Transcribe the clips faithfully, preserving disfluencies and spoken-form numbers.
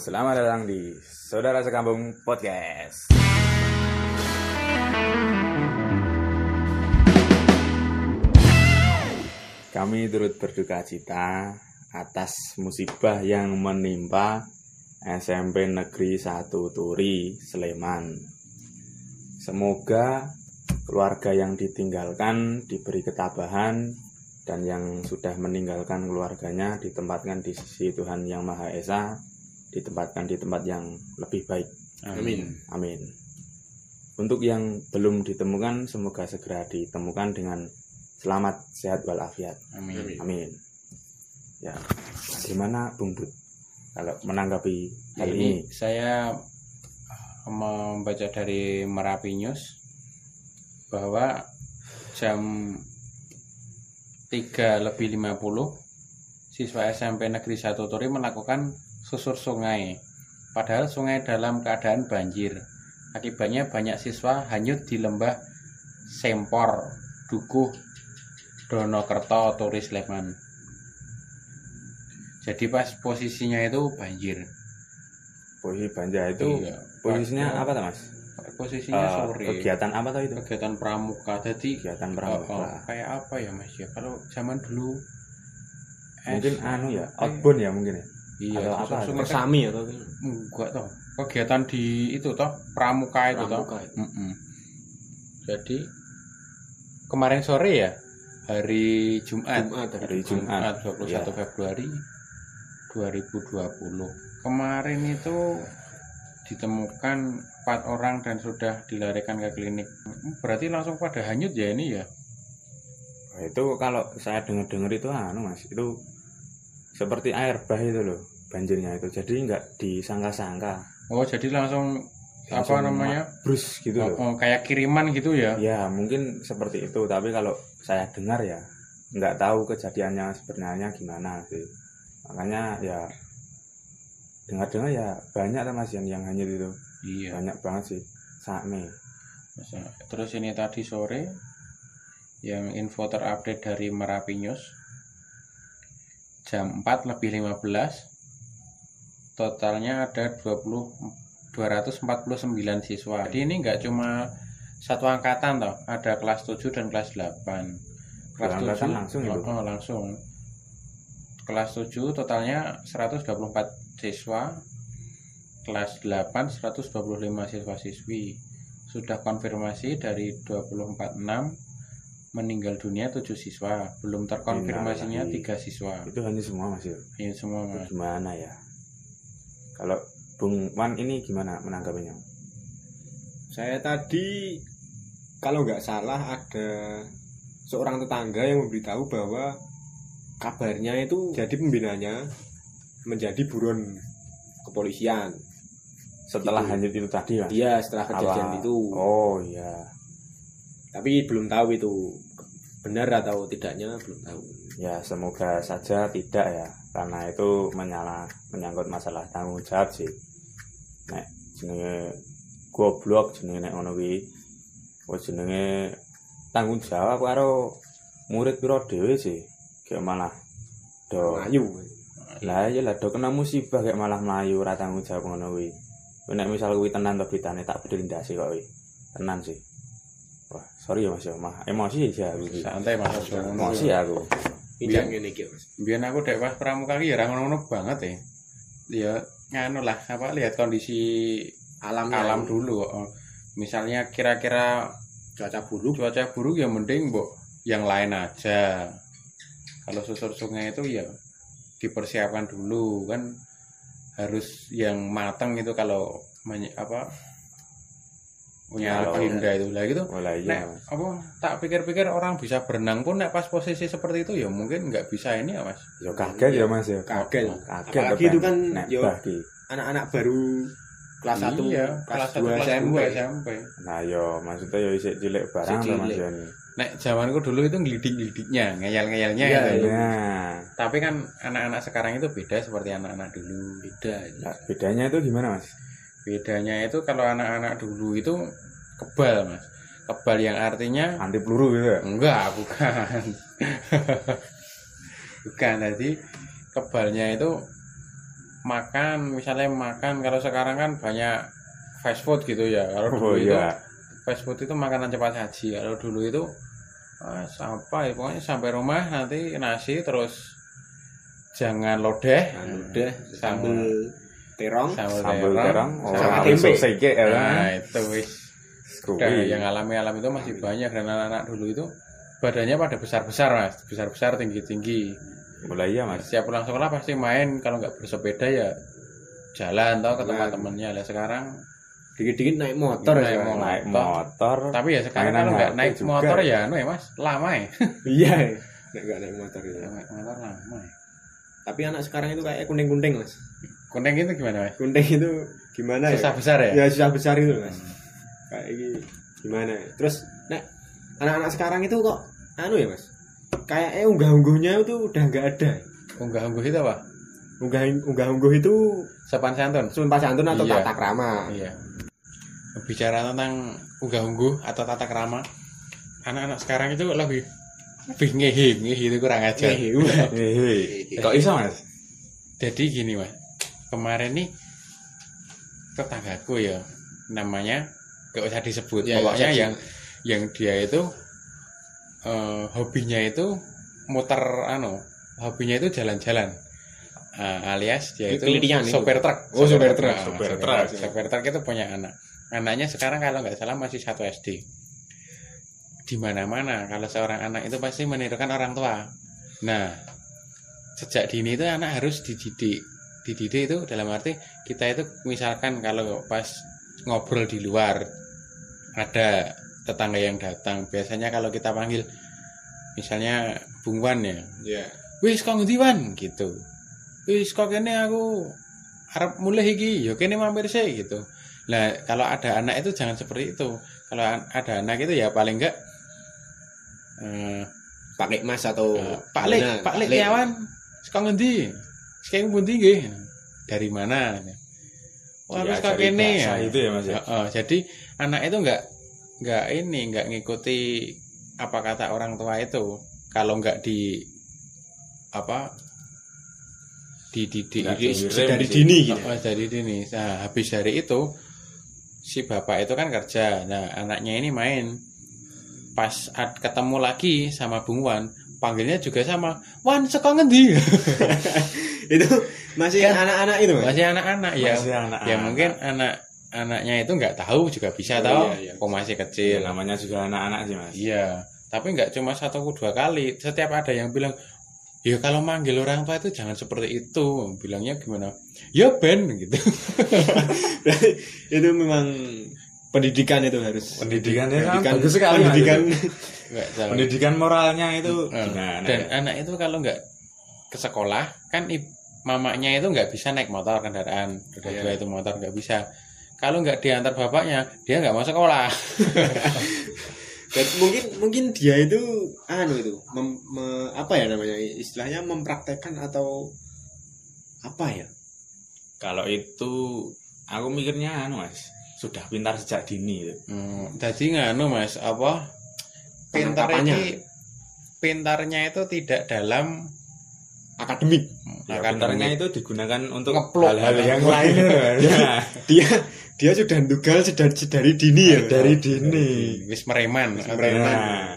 Selamat datang di Saudara Sekampung Podcast. Kami turut berduka cita atas musibah yang menimpa S M P Negeri satu Turi, Sleman. Semoga keluarga yang ditinggalkan diberi ketabahan dan yang sudah meninggalkan keluarganya ditempatkan di sisi Tuhan Yang Maha Esa, ditempatkan di tempat yang lebih baik. Amin. Amin. Untuk yang belum ditemukan, semoga segera ditemukan dengan selamat, sehat walafiat. Amin. Amin. Ya, bagaimana Bung Bud kalau menanggapi hal ini, ini? Saya membaca dari Merapi News bahwa jam tiga lebih lima puluh siswa S M P Negeri satu Turi melakukan susur sungai, padahal sungai dalam keadaan banjir. Akibatnya banyak siswa hanyut di lembah Sempor, Dukuh, Donokerto, Turi, Sleman. Jadi pas posisinya itu banjir. Posisi banjir itu Iya, posisinya pada- apa tuh Mas? Posisinya Eh, sore. kegiatan apa tuh itu? Kegiatan pramuka. Jadi Kegiatan oh, pramuka. oh, kayak apa ya Mas ya? Kalau zaman dulu Mungkin S- anu ya, apa outbound ya mungkin ya. Iya, atau susur apa? sungai kan- Sami atau enggak toh. Kegiatan di itu toh pramuka itu toh. Pramuka itu. Mm-mm. Jadi kemarin sore ya, hari Jumat, Jumat, Hari Jumat. dua puluh satu Ya. Februari dua ribu dua puluh. Kemarin itu ditemukan empat orang dan sudah dilarikan ke klinik. Berarti langsung pada hanyut ya ini ya? Nah, itu kalau saya dengar-dengar itu anu Mas, itu seperti air bah itu loh banjirnya itu. Jadi nggak disangka-sangka. Oh, jadi langsung, Langsung apa namanya? brus gitu Oh, loh. oh, kayak kiriman gitu ya? Ya mungkin seperti itu, tapi kalau saya dengar ya nggak tahu kejadiannya sebenarnya gimana sih. Makanya ya dengar-dengar ya banyak lah Mas yang, yang hanyut itu. Iya. Banyak banget sih. Sakme. Terus ini tadi sore yang info terupdate dari Merapi News jam empat lebih lima belas totalnya ada dua puluh dua ratus empat puluh sembilan siswa. Jadi ini nggak cuma satu angkatan toh, ada kelas tujuh dan kelas delapan. Kelas Dua angkatan tujuh langsung itu? oh, oh, langsung. Kelas tujuh totalnya seratus dua puluh empat siswa, kelas delapan seratus dua puluh lima siswa-siswi. Sudah konfirmasi dari dua puluh empat enam meninggal dunia tujuh siswa, belum terkonfirmasinya Innalillahi. tiga siswa. Itu hanya semua Mas ya. Ini semua Mas. Gimana ya? Kalau Bung Wan ini gimana menanggapinya? Saya tadi kalau nggak salah ada seorang tetangga yang memberitahu bahwa kabarnya itu jadi pembinanya menjadi buron kepolisian. Setelah Gitu. hanyut itu tadi Mas? Iya, setelah kejadian Awal. itu. Oh iya. Tapi belum tahu itu benar atau tidaknya, belum tahu. Ya semoga saja tidak ya, karena itu menyala menyangkut masalah tanggung jawab sih. Nek jenenge goblok jenenge nek ngono kuwi. Wis jenenge tanggung jawab karo murid piro dhewe sih. Kayak malah do Melayu. lah ya lah do kena musibah kayak malah mlayu ora tanggung jawab ngono kuwi. Nek misal kuwi tenan to bitane tak bedel ndase kok kuwi. Tenan sih. Wah, sorry ya Mas ya, mah emosi aja aku. iki. Santai Mas. Emosi aku. Pinjam ngene iki, Mas. Biar aku dek pas pramuka ki ya ora ngono banget ya. Ya nganu lah, apa lihat kondisi Alamnya alam dulu. Oh. Misalnya kira-kira cuaca buruk. cuaca buruk ya mending mbok yang lain aja. Kalau susur sungai itu ya dipersiapkan dulu kan, harus yang matang itu kalau menye- apa punya Kalau- agenda itu lah gitu. Oh lah iya. Nek apa tak pikir-pikir orang bisa berenang pun nek pas posisi seperti itu ya mungkin nggak bisa ini ya Mas. Ya kaget ya Mas ya. Kaget. Kaget Apalagi kepen itu kan nek yo bah ki. anak-anak baru kelas satu, Iya, kelas satu, dua kelas S M P. dua S M P. Nah yo maksudnya yo isik cilik barang Isik to Mas cilik. ya. Nek zamanku dulu itu ngelidik-ngelidiknya, ngeyel-ngeyelnya Iya, gitu. Nah, Tapi kan anak-anak sekarang itu beda seperti anak-anak dulu. Beda. nah, bedanya itu gimana Mas? Bedanya itu kalau anak-anak dulu itu kebal Mas. Kebal yang artinya Anti peluru gitu ya? enggak, bukan. Bukan, jadi kebalnya itu makan, misalnya makan, kalau sekarang kan banyak fast food gitu ya. Kalau dulu Oh itu iya. fast food itu makanan cepat saji. Kalau dulu itu ah, sampai pokoknya sampai rumah nanti nasi terus jangan lodeh, Anu udah sambel terong, sambal Sambal terong, terong, sama orang tempe. tempe sege ya. Nah, itu wis. Udah, Kuwi. yang alami-alami itu masih banyak dan anak-anak dulu itu badannya pada besar-besar mas, besar-besar tinggi-tinggi. Mulai iya Mas. Setiap pulang sekolah pasti main, kalau nggak bersepeda ya jalan tau ke Jalan. teman-temannya. Lah sekarang dikit-dikit naik motor Naik ya. motor. Naik motor. tapi ya sekarang Mainan kalau nggak H P naik juga motor ya. ya anu ya mas, lama ya. Iya. Nek enggak naik motor ya. Naik motor lama ya. Tapi anak sekarang itu kayak kuning-kuning, Mas. Kuning itu gimana mas? Kuning itu gimana ya? Susah besar ya? Ya susah besar itu, Mas. Kayak ini gimana ya? Terus nek anak-anak sekarang itu kok anu ya, Mas? Kayak eh unggah-ungguhnya itu udah enggak ada. Unggah-ungguh itu apa? Unggah unggah-ungguh itu Sopan santun. sumpah santun atau Iya. tata krama. Iya. Bicara tentang unggah-ungguh atau tata krama, anak-anak sekarang itu lebih lebih ngehe, ngehe itu kurang ajar. Eh, wah. Hehe. Kok iso Mas? Jadi gini mas, kemarin nih tetanggaku ya, namanya gak usah disebut, Ya, pokoknya gak usah yang yang dia itu eh, hobinya itu muter anu, hobinya itu jalan-jalan. Ah, alias dia itu Kelitian itu. sopir truk. Oh, sopir truk. Ah, Sopir sopir truk. truk. Sopir truk itu punya anak. Anaknya sekarang kalau nggak salah masih satu S D. Di mana-mana kalau seorang anak itu pasti menirukan orang tua. Nah, sejak dini itu anak harus dididik. Dididik itu dalam arti kita itu misalkan kalau pas ngobrol di luar ada tetangga yang datang, biasanya kalau kita panggil misalnya Bung Wan ya, Iya. wis kok ngendi Wan gitu. Wis kok kene aku arep mulai iki, ya kene mampir sih gitu. Nah, kalau ada anak itu jangan seperti itu. Kalau an- ada anak itu ya paling enggak eh Pak Lek Mas atau eh, Pak Lek, gimana? Pak Lek Kiawan, kok ngendi? Sekarang pundi nggih? Dari mana? Wah, wis kok Diajari kene bahasa ya. itu ya Mas ya. Heeh, jadi anak itu enggak enggak ini enggak ngikuti apa kata orang tua itu. Kalau enggak di apa dididik Nggak di- diwirim dari sih. dini gitu. Oh, dari dini. Nah, habis dari itu si bapak itu kan kerja. Nah, anaknya ini main. Pas ad- ketemu lagi sama Bung Wan, panggilnya juga sama. Wan, seko ngendi? Itu masih Kan anak-anak itu, Mas. Masih anak-anak ya. Masih anak-anak. Ya mungkin anak-anaknya itu nggak tahu juga bisa Oh, tahu. iya, iya. Kok masih Ya, kecil. namanya juga anak-anak sih Mas. Iya, tapi nggak cuma satu dua kali. Setiap ada yang bilang, ya kalau manggil orang tua itu jangan seperti itu. Bilangnya gimana? Ya Ben gitu. Berarti itu memang pendidikan itu harus Pendidikannya kan pendidikan, bagus sekali, Mas, pendidikan Nggak tahu. Pendidikan moralnya itu Eh, gimana Dan ya? anak itu kalau nggak ke sekolah kan ib- mamanya itu nggak bisa naik motor kendaraan roda Iya. dua itu motor nggak bisa. Kalau nggak diantar bapaknya dia nggak mau sekolah. Dan mungkin mungkin dia itu anu itu mem- me- apa ya namanya istilahnya mempraktekkan atau apa ya? Kalau itu aku mikirnya anu Mas, sudah pintar sejak dini itu. Hmm, jadi nganu mas apa pintar Penangkapannya. ini pintarnya itu tidak dalam Akademik. Ya, akademik. pintarnya itu digunakan untuk Ngeplok. hal-hal yang lain ya. Dia dia sudah dugal sedari, sedari dini ya. Dari dini. wis mereman. mereman. Nah,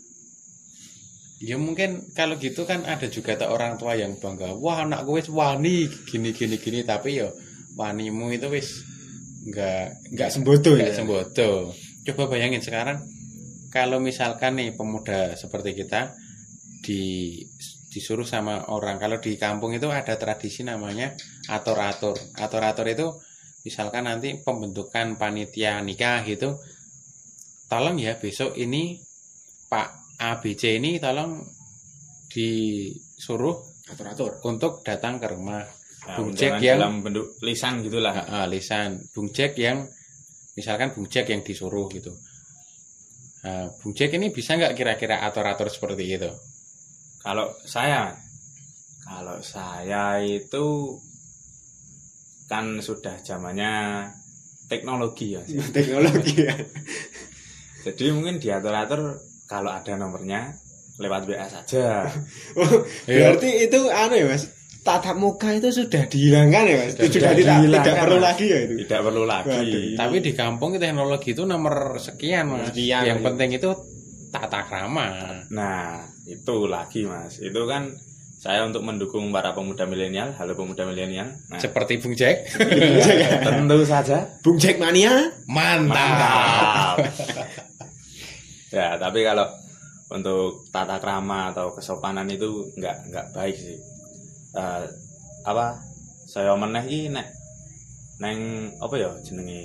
Ya mungkin kalau gitu kan ada juga tak orang tua yang bangga. Wah anak gue wis wani gini gini gini tapi yo wanimu itu wis nggak Nggak sembodo nggak ya. sembodo. Coba bayangin sekarang kalau misalkan nih pemuda seperti kita di disuruh sama orang, kalau di kampung itu ada tradisi namanya atur-atur. Atur-atur itu misalkan nanti pembentukan panitia nikah gitu, tolong ya besok ini Pak A B C ini tolong disuruh Atur-atur. untuk datang ke rumah nah, Bung undangan Jack yang dalam bentuk lisan gitulah. Ah, ah, lisan Bung Jack yang misalkan Bung Jack yang disuruh gitu. Nah, Bung Jack ini bisa nggak kira-kira atur-atur seperti itu? Kalau saya, kalau saya itu kan sudah zamannya teknologi ya. Teknologi ya. Jadi mungkin diatur-atur kalau ada nomornya lewat W A saja. Oh, berarti itu anu ya Mas. tatap muka itu sudah dihilangkan ya Mas. Sudah, Itu sudah sudah tidak, dihilangkan, tidak perlu Mas. lagi ya itu. Tidak perlu lagi. Waduh. Tapi di kampung teknologi itu nomor sekian Mas. Sekian, yang ya. penting itu tata krama. Nah, itu lagi Mas. Itu kan saya untuk mendukung para pemuda milenial, halo pemuda milenial. Nah, Seperti Bung Jack. tentu saja Bung Jack Mania. Mantap. mantap. Ya, tapi kalau untuk tata krama atau kesopanan itu nggak nggak baik sih. Eh, apa? Saya meneh iki nek neng apa ya jenenge?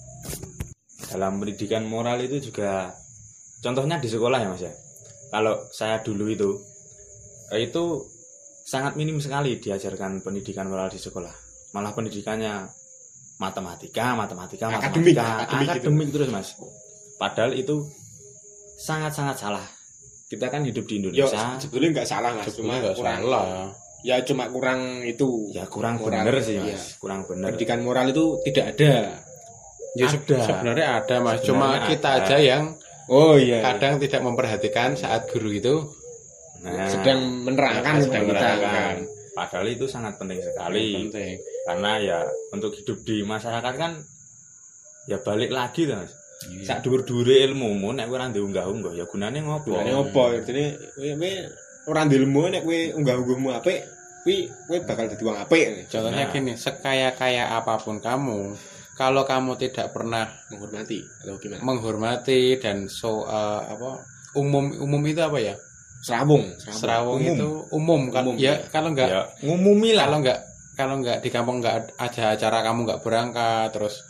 Dalam pendidikan moral itu juga contohnya di sekolah ya Mas ya. Kalau saya dulu itu eh, itu sangat minim sekali diajarkan pendidikan moral di sekolah. Malah pendidikannya matematika, matematika, Akademik, matematika, akademik akademik, gitu. terus Mas. Padahal itu sangat-sangat salah. Kita kan hidup di Yo, Indonesia. sebetulnya nggak salah Mas, cuma Sebetulnya nggak kurang. salah. Ya cuma kurang itu. Ya kurang Moral, bener sih Mas, iya. kurang bener. Pendidikan moral itu tidak ada. Ya Ada. sebenarnya ada Mas. Cuma Sebenarnya kita ada. aja yang Oh iya. kadang tidak memperhatikan saat guru itu Nah, sedang menerangkan sedang kepada kita. menerangkan. padahal itu sangat penting sekali. penting. Karena ya untuk hidup di masyarakat kan ya balik lagi tuh Mas. Iya. Sak dhuwur-dhuwure ilmumu nek kowe ora diunggah-unggah ya gunane ngopo? Gunane opo? Artine kowe kowe ora ndilmu nek kowe unggah-unggahmu apik, kuwi kowe bakal dadi wong apik. Contohnya Nah. gini, sekaya-kaya apapun kamu, kalau kamu tidak pernah Menghormati atau gimana? menghormati dan so uh, apa umum umum itu apa ya? Serawung, Serawung Umum. itu umum kan? Umum, Ya ya. kalau enggak Ya ngumumi lah. kalau enggak kalau enggak di kampung enggak ada acara kamu enggak berangkat, terus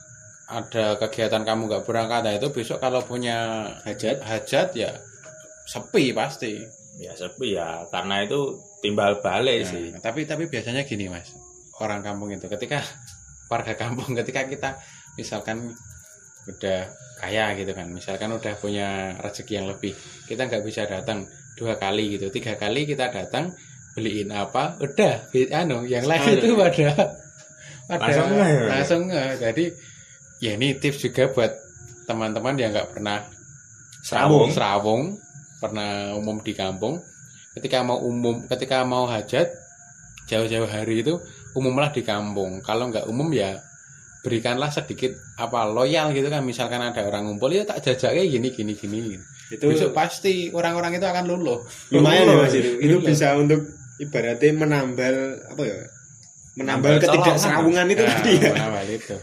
ada kegiatan kamu enggak berangkat, nah itu besok kalau punya hajat. hajat ya sepi pasti. Ya sepi ya karena itu timbal balik Nah, sih. tapi tapi biasanya gini Mas, orang kampung itu ketika warga kampung ketika kita misalkan udah kaya gitu kan, misalkan udah punya rezeki yang lebih, kita nggak bisa datang dua kali gitu, tiga kali kita datang beliin apa, udah, anu yang lain itu pada pada Langsung nggak ya? langsung nggak. Jadi ya ini tips juga buat teman-teman yang nggak pernah Serawung. serawung, pernah umum di kampung, ketika mau umum, ketika mau hajat jauh-jauh hari itu umumlah di kampung. Kalau nggak umum ya berikanlah sedikit apa loyal gitu kan, misalkan ada orang ngumpul ya tak jajaknya gini gini gini. Itu Besok pasti orang-orang itu akan luluh. lumayan ya Luluh. Mas itu. Itu Luluh. bisa untuk ibaratnya menambal apa ya? Menambal Menambal ketidakserawungan itu Nah, tadi ya. menambal itu.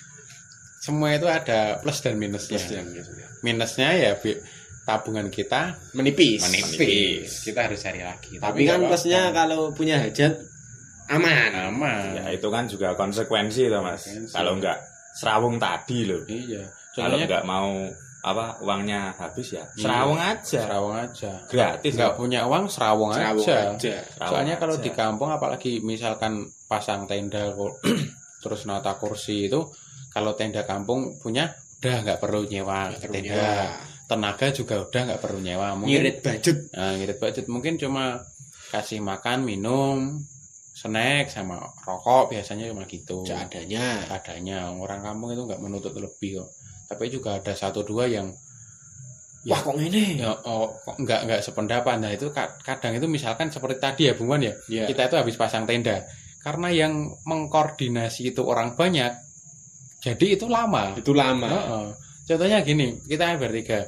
Semua itu ada plus dan minusnya. Minusnya ya bi- tabungan kita Menipis. menipis. Kita harus cari lagi. Tapi kan nggak plusnya apa-apa. kalau punya hajat aman. aman. Ya itu kan juga konsekuensi loh Mas. Konsekuensi. Kalau nggak serawung tadi loh. Iya. Kalau Contohnya nggak mau apa uangnya habis ya serawung aja. serawung aja. Gratis. Nggak loh. punya uang serawung, Serawung aja. aja. Serawung Soalnya kalau aja. di kampung apalagi misalkan pasang tenda kok, terus nata kursi itu, kalau tenda kampung punya udah nggak perlu nyewa Perlu tenda. nyewa. Tenaga juga udah nggak perlu nyewa. Mungkin Ngirit budget. nah, ngirit budget mungkin cuma kasih makan, minum, snack sama rokok biasanya cuma gitu. Seadanya. Adanya orang kampung itu nggak menuntut lebih kok. Tapi juga ada satu dua yang ya, Wah kok ini? ya, oh, kok nggak nggak sependapat. Nah itu ka- kadang itu misalkan seperti tadi ya Bung Wan ya, Iya. kita itu habis pasang tenda karena yang mengkoordinasi itu orang banyak, jadi itu lama. Itu lama. Heeh. Contohnya gini, kita bertiga,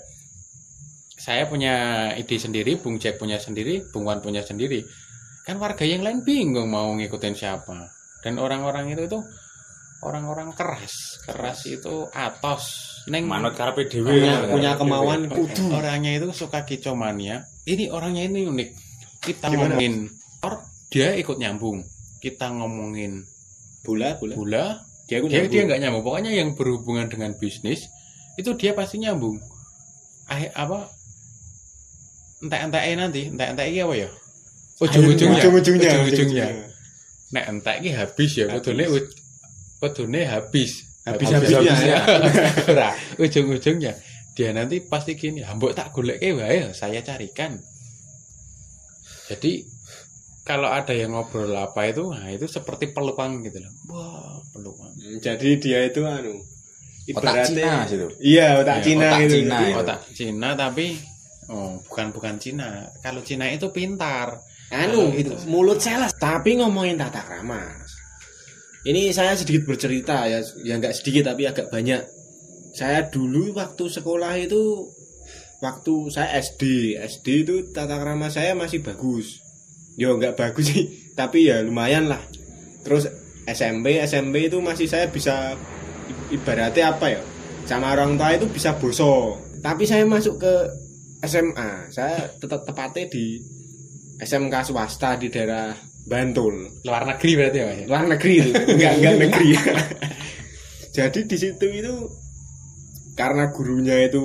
saya punya ide sendiri, Bung Jack punya sendiri, Bung Wan punya sendiri, kan warga yang lain bingung mau ngikutin siapa. Dan orang-orang itu tuh orang-orang keras, keras itu atos. Neng Manut karepe dhewe. Punya, ya. punya kemauan kudu. Orangnya itu suka kicomania. Ini orangnya ini unik. Kita Gimana? ngomongin or, dia ikut nyambung. Kita ngomongin Bola, bola. bola, Dia ikut dia nyambung. dia nggak nyambung. Pokoknya yang berhubungan dengan bisnis itu dia pasti nyambung. Ah, apa? Entek-enteknya nanti, entek-enteknya apa ya? Ujung-ujungnya, Ujung-ujungnya. ujung-ujungnya. Nek entek iki habis ya, kudune u- kudune habis. Habis-habisnya. Ora, ujung-ujungnya dia nanti pasti gini, "Ah, mbok tak golekke wae, saya carikan." Jadi kalau ada yang ngobrol apa itu, nah itu seperti peluang gitu loh. Wah, peluang. Hmm, Jadi dia itu anu Otak Cina situ. Iya, otak Ya, Cina otak gitu. Cina Jadi itu. Otak Cina tapi oh, bukan bukan Cina. Kalau Cina itu pintar. anu itu mulut saya lah. Tapi ngomongin tata krama, ini saya sedikit bercerita ya, ya nggak sedikit tapi agak banyak. Saya dulu waktu sekolah itu, waktu saya S D, S D itu tata krama saya masih bagus. Yo nggak bagus sih, tapi ya lumayan lah. Terus S M P, S M P itu masih saya bisa ibaratnya apa ya? Sama orang tua itu bisa boso. Tapi saya masuk ke S M A, saya tetap tepatnya di S M K swasta di daerah Bantul. Luar negeri berarti ya, Mas? Luar negeri itu, enggak enggak negeri. Jadi di situ itu karena gurunya itu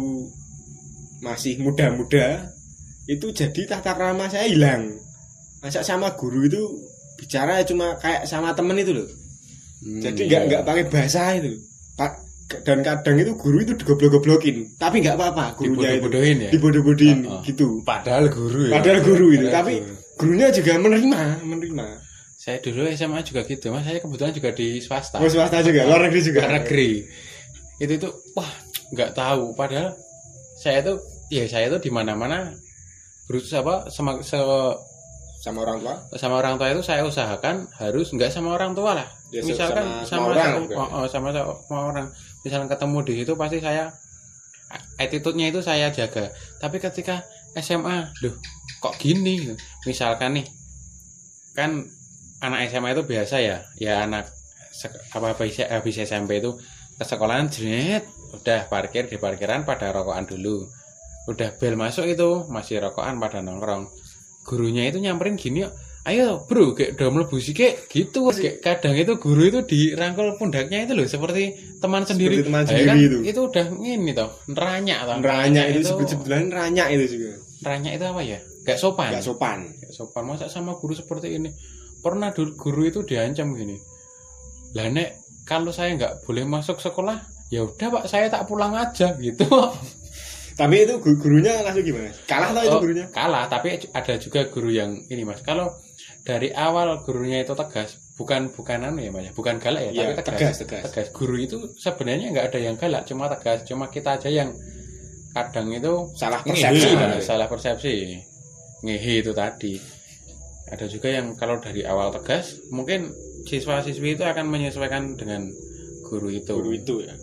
masih muda-muda, itu jadi tata krama saya hilang. Masa sama guru itu bicara cuma kayak sama temen itu loh. Hmm, jadi enggak iya. enggak pakai bahasa itu. Pak, dan kadang itu guru itu digoblok-goblokin, tapi enggak apa-apa, gurunya dibodoh-bodohin ya. Dibodoh-bodohin oh, oh. gitu. Padahal guru ya. Padahal guru itu, Padahal tapi guru. Gurunya juga menerima, menerima. Saya dulu S M A juga gitu, Mas. Saya kebetulan juga di swasta. Oh, swasta juga, luar negeri juga. Luar negeri. Itu itu wah, enggak tahu. Padahal saya itu ya saya itu di mana-mana berusaha apa sama se, sama orang tua. Sama orang tua itu saya usahakan harus enggak sama orang tua lah. Ya, misalkan sama, sama sama orang, sama, oh, oh, sama, sama orang. Misalkan ketemu di situ pasti saya attitude-nya itu saya jaga. Tapi ketika S M A, loh kok gini? Misalkan nih, kan anak S M A itu biasa ya, ya anak apa habis, habis S M P itu ke sekolahan jret, udah parkir di parkiran pada rokokan dulu. Udah bel masuk itu masih rokokan pada nongkrong. Gurunya itu nyamperin gini, ayo bro, kayak udah mlebu sih kayak gitu. Kayak kadang itu guru itu dirangkul pundaknya itu loh seperti teman sendiri. Seperti teman Ayo, sendiri kan, itu. Itu udah ngini toh, neranyak toh. Neranyak itu, itu sebetulnya neranyak itu juga. Neranyak itu apa ya? Gak sopan. Gak sopan. Gak sopan. Masa sama guru seperti ini? Pernah guru itu diancam gini. Lah nek kalau saya nggak boleh masuk sekolah, ya udah Pak, saya tak pulang aja gitu. Tapi itu gurunya langsung gimana? Kalah atau oh, itu gurunya? Kalah, tapi ada juga guru yang ini Mas. Kalau dari awal gurunya itu tegas, bukan bukan anu ya Mas, bukan galak ya, ya tapi tegas. tegas, tegas. Tegas. Guru itu sebenarnya nggak ada yang galak, cuma tegas. Cuma kita aja yang kadang itu salah persepsi, ngehe, salah persepsi. Ngehe itu tadi. Ada juga yang kalau dari awal tegas, mungkin siswa-siswi itu akan menyesuaikan dengan guru itu. Guru itu ya.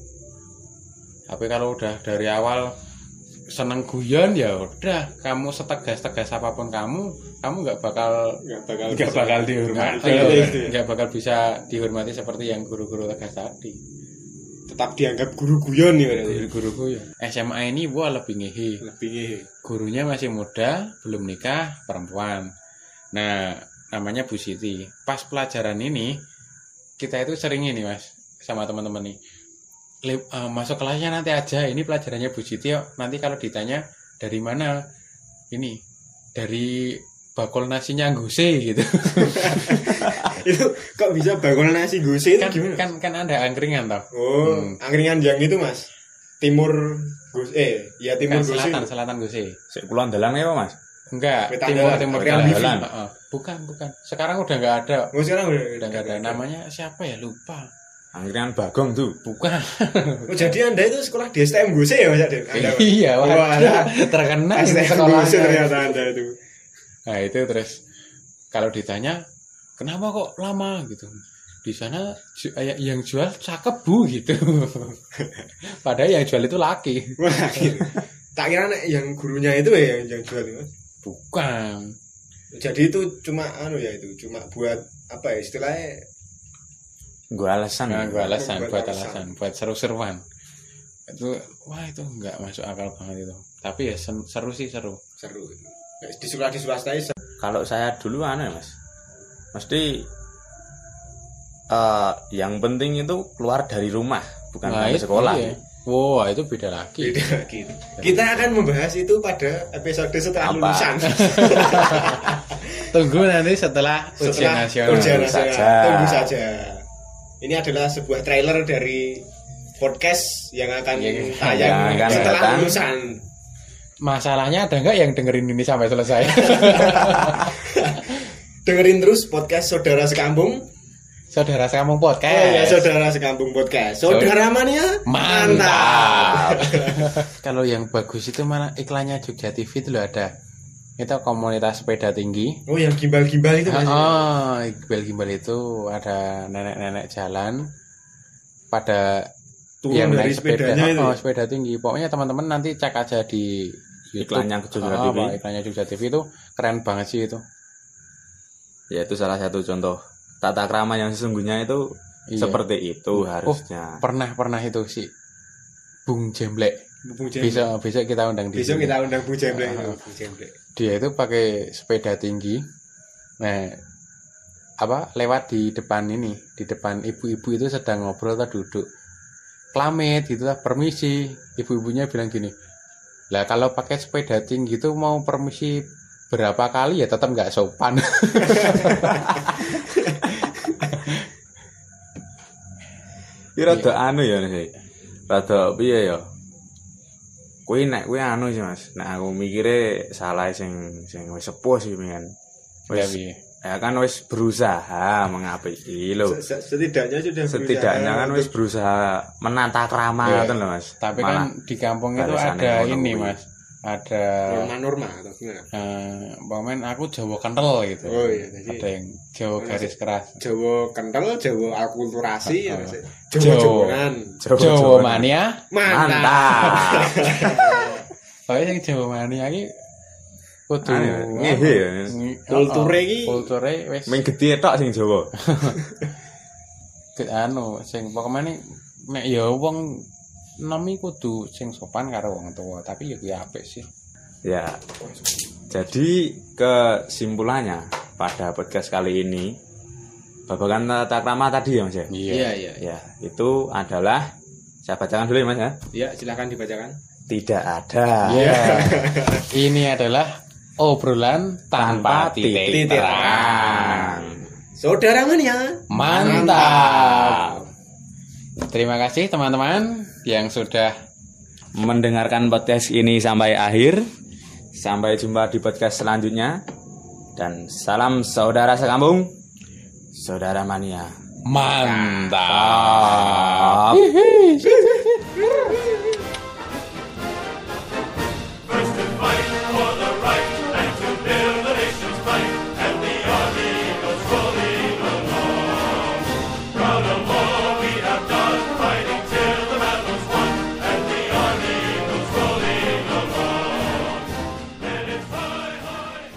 Tapi kalau udah dari awal seneng guyon ya udah, kamu setegas-tegas apapun kamu, kamu nggak bakal nggak bakal nggak bakal dihormati, nggak bakal bisa dihormati seperti yang guru-guru tegas tadi. Tetap dianggap guru guyon ya berarti. Guru guyon. S M A ini wah lebih ngehe. Lebih ngehe. Gurunya masih muda, belum nikah, perempuan. Nah, namanya Bu Siti. Pas pelajaran ini kita itu sering ini Mas sama teman-teman nih. Lep, uh, masuk kelasnya nanti aja, ini pelajarannya Bu Siti yuk. Nanti kalau ditanya dari mana, ini dari bakul nasinya Guse gitu. Itu kok bisa bakul nasi Guse itu kan, gimana? Kan kan ada angkringan toh. Oh, hmm. Angkringan yang itu Mas. Timur Guse, eh ya timur kan, Guse. Selatan, selatan Guse. Sik kulon dalan ya Mas? Enggak, Peta timur timur dalan. dalan. Uh, bukan, bukan. Sekarang udah enggak ada. Oh, sekarang udah udah enggak ada. Namanya siapa ya? Lupa. Angkringan Bagong tuh. Bukan. Oh, jadi Anda itu sekolah di S T M Guse ya Mas Adil? Iya, wah, terkenal S T M sekolahnya. Guse ternyata Anda itu. Nah, itu terus kalau ditanya, "Kenapa kok lama?" gitu. Di sana yang jual cakep Bu gitu. Padahal yang jual itu laki. Wah, tak kira yang gurunya itu ya yang, yang jual itu. Bukan. Jadi itu cuma anu ya itu, cuma buat apa ya istilahnya? Gue alasan. Nah, gue alasan, buat, buat alasan. alasan, buat seru-seruan. Itu wah itu enggak masuk akal banget itu. Tapi ya seru sih seru. Seru. Di sekolah di swasta itu. Kalau saya dulu aneh Mas. Mesti uh, yang penting itu keluar dari rumah, bukan nah, dari sekolah. Iya. Wah, wow, itu beda lagi. Beda lagi. Kita akan membahas itu pada episode setelah Apa? lulusan. Tunggu nanti setelah ujian setelah nasional. Ujian Tunggu nasional. saja. Tunggu saja. Ini adalah sebuah trailer dari podcast yang akan Yang tayang akan setelah datang. lulusan. Masalahnya ada nggak yang dengerin ini sampai selesai? Dengerin terus podcast Saudara Sekampung. Saudara Sekampung Podcast. Oh ya, Saudara Sekampung Podcast. Saudara Mania Mantap. Kalau yang bagus itu mana iklannya Jogja T V itu loh ada. Itu komunitas sepeda tinggi. Oh, yang gimbal-gimbal itu Mas. Oh, gimbal-gimbal itu ada nenek-nenek jalan pada Turun yang dari naik sepeda, sepedanya itu. oh, sepeda tinggi. Pokoknya teman-teman nanti cek aja di YouTube. Iklannya Jogja Oh, T V. apa, iklannya Jogja T V itu keren banget sih itu. Ya itu salah satu contoh tata krama yang sesungguhnya itu Iya. seperti itu harusnya. Pernah pernah itu sih Bung Jemblek. Bung Jemblek. Besok besok kita undang di Besok sini. kita undang Bung Jemblek itu, Ah. Bung Jemblek. Dia itu pakai sepeda tinggi. Nah, apa lewat di depan ini, di depan ibu-ibu itu sedang ngobrol atau duduk. Klamit gitu lah, permisi. Ibu-ibunya bilang gini, lah kalau pakai sepeda tinggi itu mau permisi berapa kali ya tetap nggak sopan. Iki rada anu ya sih. Rada piye ya? Kuwi nek kuwi anu sih Mas. Nek aku mikire salah sing sing wis sepuh sih pengen. Ya, Wis piye? ya kan wis berusaha mengapiki lho. Se- se- Setidaknya sudah Setidaknya kan wis berusaha menata krama Iya. ngoten lho Mas. Tapi Malah kan di kampung itu barisannya ada ngono ini kuwi. Mas, ada norma-norma atau gimana? eh pemain aku Jawa kental gitu. Oh iya, jadi Ada yang Jawa garis keras. Jawa kental, Jawa alkulturasi, ya, Mas. Jawa. Jawa-Jawanan. Jawa- Jawa Jawa- mania. Mantap. Mantap. Pokoknya yang Jawa mania iki kudu Anu ya, ngehe ya. Ngi- Kulture oh, oh, iki. kulture wis Ming gedhe tok sing Jawa. ke- anu sing pokoknya nek ya wong nomi kudu sing sopan karo wong tua, tapi ya kuwi apik sih. Ya. Jadi kesimpulannya pada podcast kali ini babagan tata krama tadi ya Mas ya. Iya, iya. Ya, itu adalah saya bacakan dulu ya Mas ya. Ya, silakan dibacakan. Tidak ada. Iya. Ini adalah obrolan tanpa titik titik terang. Saudara mania. Mantap. Terima kasih teman-teman yang sudah Mendengarkan podcast ini sampai akhir. Sampai jumpa di podcast selanjutnya. Dan salam saudara sekampung. Saudara mania. mantap.